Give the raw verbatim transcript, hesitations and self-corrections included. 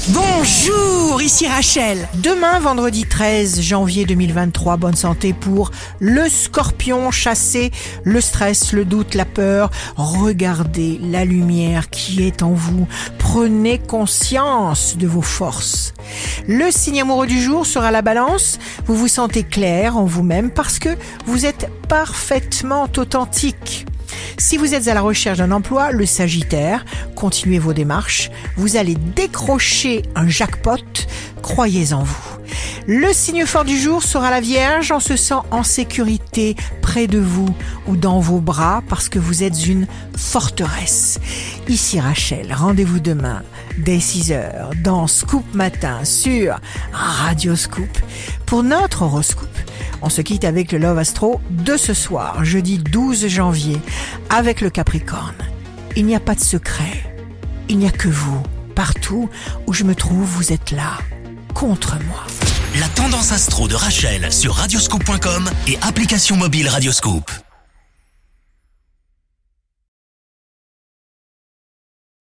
Bonjour, ici Rachel. Demain, vendredi treize janvier deux mille vingt-trois, bonne santé pour le Scorpion. Chassez le stress, le doute, la peur. Regardez la lumière qui est en vous. Prenez conscience de vos forces. Le signe amoureux du jour sera la Balance. Vous vous sentez clair en vous-même parce que vous êtes parfaitement authentique. Si vous êtes à la recherche d'un emploi, le Sagittaire, continuez vos démarches. Vous allez décrocher un jackpot. Croyez en vous. Le signe fort du jour sera la Vierge. On se sent en sécurité près de vous ou dans vos bras parce que vous êtes une forteresse. Ici Rachel, rendez-vous demain dès six heures dans Scoop Matin sur Radio Scoop pour notre horoscope. On se quitte avec le Love Astro de ce soir, jeudi douze janvier, avec le Capricorne. Il n'y a pas de secret. Il n'y a que vous. Partout où je me trouve, vous êtes là, contre moi. La tendance astro de Rachel sur radioscoop point com et application mobile Radioscoop.